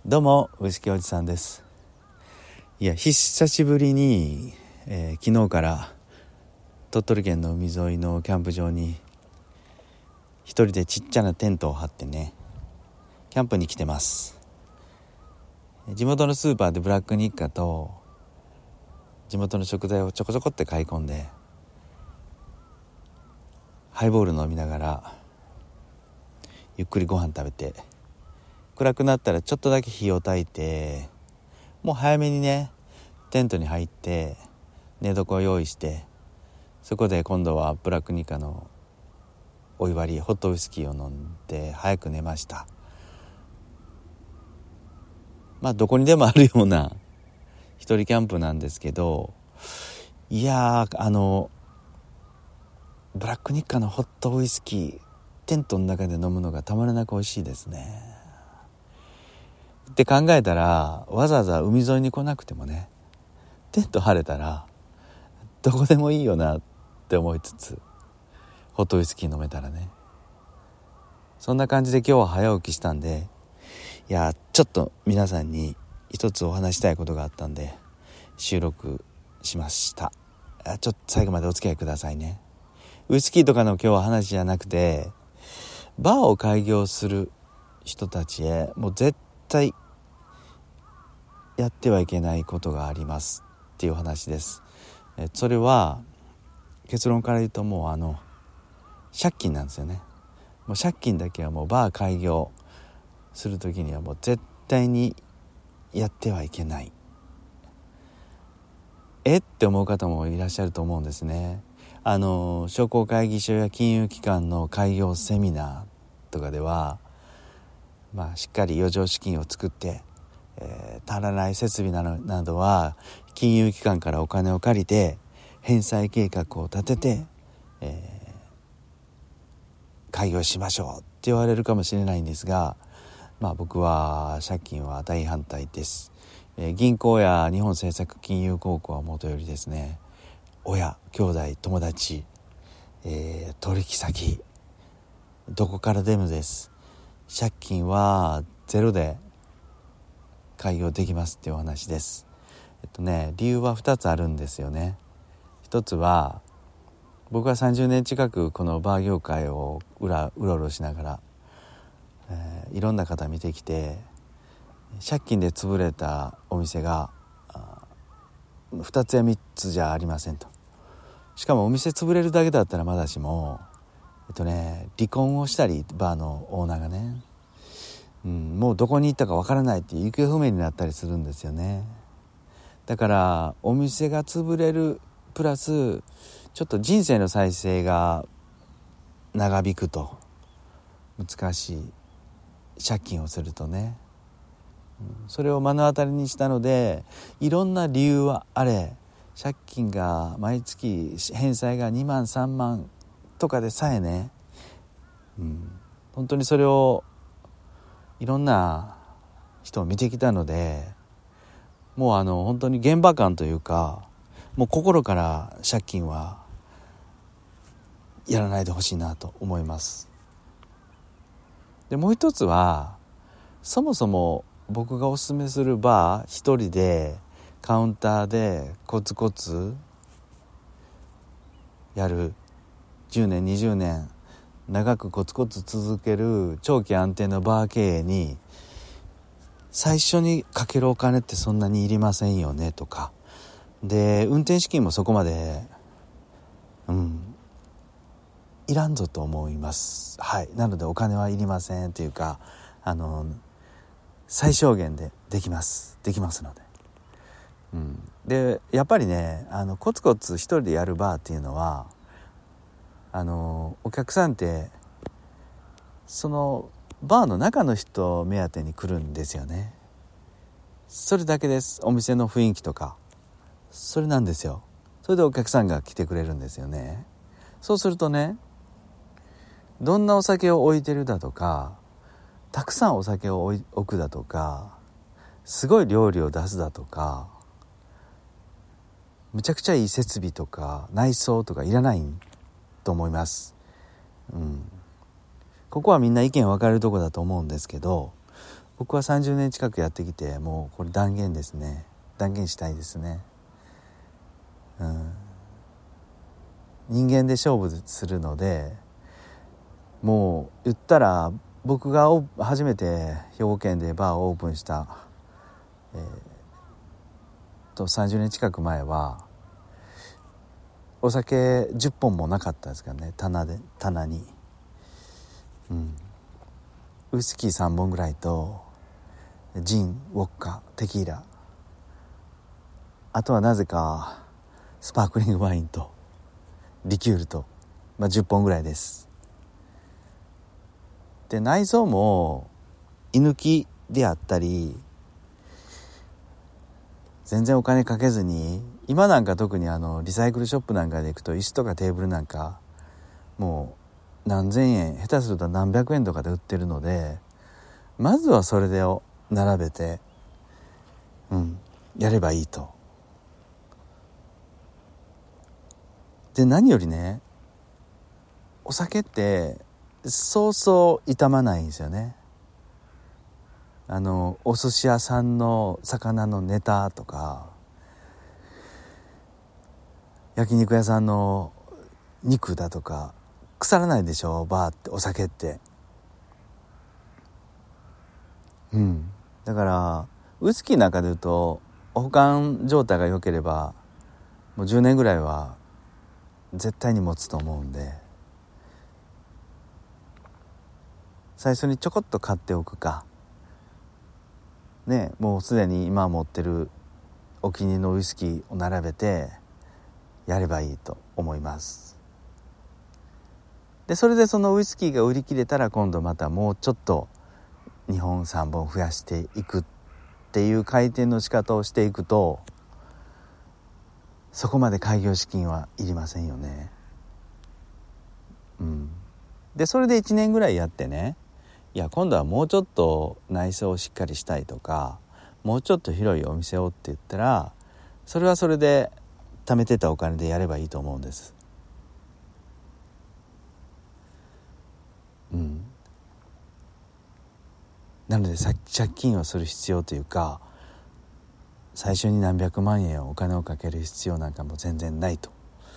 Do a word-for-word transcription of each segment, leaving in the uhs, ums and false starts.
どうもウイスキーおじさんです。いや久しぶりに、えー、昨日から鳥取県の海沿いのキャンプ場に一人でちっちゃなテントを張ってねキャンプに来てます。地元のスーパーでブラック日課と地元の食材をちょこちょこって買い込んでハイボール飲みながらゆっくりご飯食べて、暗くなったらちょっとだけ火を焚いて、もう早めにねテントに入って寝床を用意して、そこで今度はブラックニカのお湯割りホットウイスキーを飲んで早く寝ました。まあどこにでもあるような一人キャンプなんですけど、いやーあのブラックニカのホットウイスキーテントの中で飲むのがたまらなく美味しいですねって考えたら、わざわざ海沿いに来なくてもねテント張れたらどこでもいいよなって思いつつ、ホットウイスキー飲めたらね、そんな感じで今日は早起きしたんで、いやちょっと皆さんに一つお話したいことがあったんで収録しました。ちょっと最後までお付き合いくださいね。ウイスキーとかの今日は話じゃなくて、バーを開業する人たちへもう絶対やってはいけないことがありますっていう話です。えそれは結論から言うともうあの借金なんですよね。もう借金だけはもうバー開業するときにはもう絶対にやってはいけない。えって思う方もいらっしゃると思うんですね。あの商工会議所や金融機関の開業セミナーとかでは、まあ、しっかり余剰資金を作って、えー、足らない設備など、などは金融機関からお金を借りて返済計画を立てて、えー、開業しましょうって言われるかもしれないんですが、まあ、僕は借金は大反対です。えー、銀行や日本政策金融公庫はもとよりですね、親、兄弟、友達、えー、取引先どこからでもです。借金はゼロで開業できますっていうお話です。えっとね理由はふたつあるんですよね。一つは僕はさんじゅうねん近くこのバー業界をうらうろうろしながら、えー、いろんな方見てきて、借金で潰れたお店がふたつやみっつじゃありませんと。しかもお店潰れるだけだったらまだしも、えっとね離婚をしたり、バーのオーナーがね、うん、もうどこに行ったかわからないっていう行方不明になったりするんですよね。だからお店が潰れるプラスちょっと人生の再生が長引くと難しい、借金をするとね、うん、それを目の当たりにしたので、いろんな理由はあれ借金が毎月返済がにまんさんまんとかでさえね、うん、本当にそれをいろんな人を見てきたので、もうあの本当に現場感というか、もう心から借金はやらないでほしいなと思います。でもう一つは、そもそも僕がおすすめするバー、一人でカウンターでコツコツやる、じゅうねんにじゅうねん長くコツコツ続ける長期安定のバー経営に最初にかけるお金ってそんなにいりませんよねとかで、運転資金もそこまでうんいらんぞと思います。はい、なのでお金はいりませんというか、あの最小限でできますできますので、うん、でやっぱりね、あのコツコツ一人でやるバーっていうのは、あのお客さんってそのバーの中の人を目当てに来るんですよね。それだけです。お店の雰囲気とかそれなんですよ。それでお客さんが来てくれるんですよね。そうするとね、どんなお酒を置いてるだとか、たくさんお酒を置くだとか、すごい料理を出すだとか、むちゃくちゃいい設備とか内装とかいらないと思います。うん、ここはみんな意見分かれるとこだと思うんですけど、 僕はさんじゅうねん近くやってきて、もうこれ断言ですね。断言したいですね。うん、人間で勝負するので、もう言ったら僕が初めて兵庫県でバーをオープンした、えー、とさんじゅうねん近く前はお酒じゅっぽんもなかったですからね、棚で棚に、うん、ウイスキーさんぼんぐらいとジン、ウォッカ、テキーラ、あとはなぜかスパークリングワインとリキュールと、まあ、じゅっぽんぐらいです。で内装も居抜きであったり、全然お金かけずに、今なんか特にあのリサイクルショップなんかで行くと椅子とかテーブルなんかもう何千円、下手すると何百円とかで売ってるので、まずはそれでを並べて、うん、やればいいと。で何よりね、お酒ってそうそう傷まないんですよね。あのお寿司屋さんの魚のネタとか、焼肉屋さんの肉だとか腐らないでしょ、バーってお酒って。うん、だからウイスキーなんかでいうと保管状態が良ければもうじゅうねんぐらいは絶対に持つと思うんで、最初にちょこっと買っておくかね、もうすでに今持ってるお気に入りのウイスキーを並べてやればいいと思います。でそれでそのウイスキーが売り切れたら、今度またもうちょっとにほんさんぼん増やしていくっていう回転の仕方をしていくと、そこまで開業資金はいりませんよね。うん、でそれでいちねんぐらいやってね、いや今度はもうちょっと内装をしっかりしたいとか、もうちょっと広いお店をって言ったら、それはそれで貯めてたお金でやればいいと思うんです。うん、なので借金をする必要というか、最初に何百万円お金をかける必要なんかも全然ないと。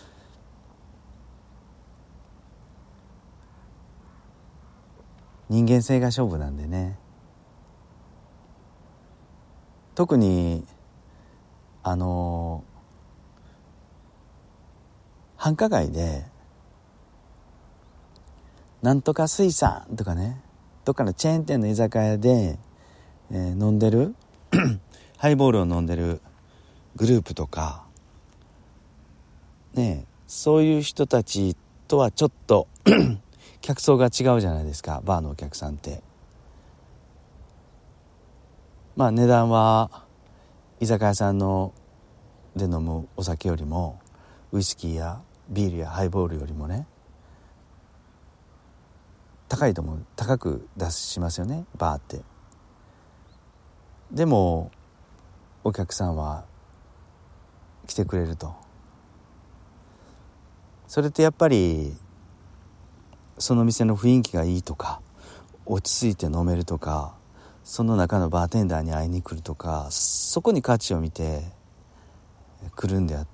人間性が勝負なんでね。特にあの繁華街でなんとか水産とかね、どっかのチェーン店の居酒屋で、えー、飲んでるハイボールを飲んでるグループとかね、そういう人たちとはちょっと客層が違うじゃないですか、バーのお客さんって。まあ値段は居酒屋さんので飲むお酒よりもウイスキーやビールやハイボールよりもね高いと思う、高く出しますよね、バーって。でもお客さんは来てくれると。それってやっぱりその店の雰囲気がいいとか、落ち着いて飲めるとか、その中のバーテンダーに会いに来るとか、そこに価値を見て来るんであって、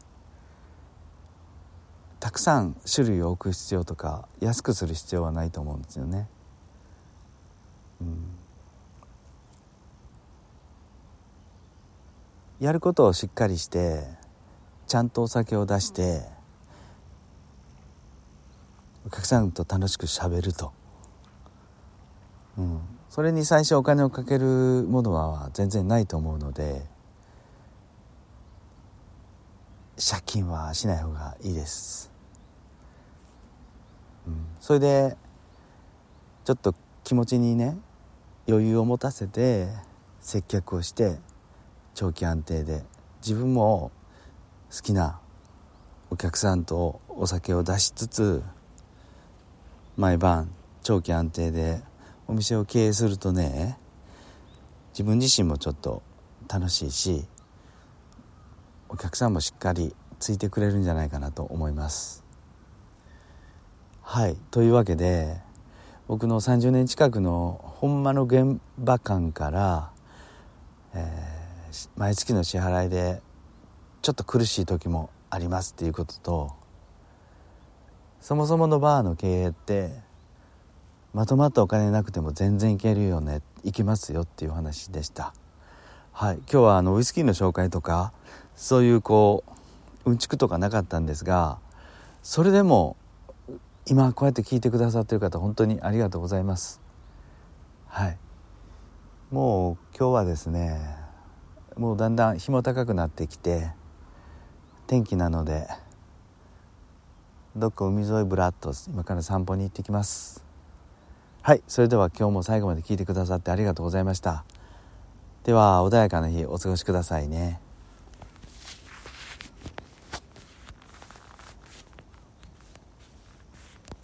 たくさん種類を置く必要とか安くする必要はないと思うんですよね。うん、やることをしっかりしてちゃんとお酒を出してお客さんと楽しくしゃべると、うん、それに最初お金をかけるものは全然ないと思うので、借金はしない方がいいです。うん、それでちょっと気持ちにね余裕を持たせて接客をして長期安定で自分も好きなお客さんとお酒を出しつつ毎晩長期安定でお店を経営するとね、自分自身もちょっと楽しいしお客さんもしっかりついてくれるんじゃないかなと思います。はい、というわけで僕のさんじゅうねん近くのほんまの現場感から、えー、毎月の支払いでちょっと苦しい時もありますっていうことと、そもそものバーの経営ってまとまったお金なくても全然いけるよね、いけますよっていう話でした。はい、今日はあのウイスキーの紹介とかそういうこううんちくとかなかったんですが、それでも今こうやって聞いてくださっている方本当にありがとうございます。はい、もう今日はですね、もうだんだん日も高くなってきて天気なのでどっか海沿いぶらっと今から散歩に行ってきます。はい、それでは今日も最後まで聞いてくださってありがとうございました。では穏やかな日お過ごしくださいね。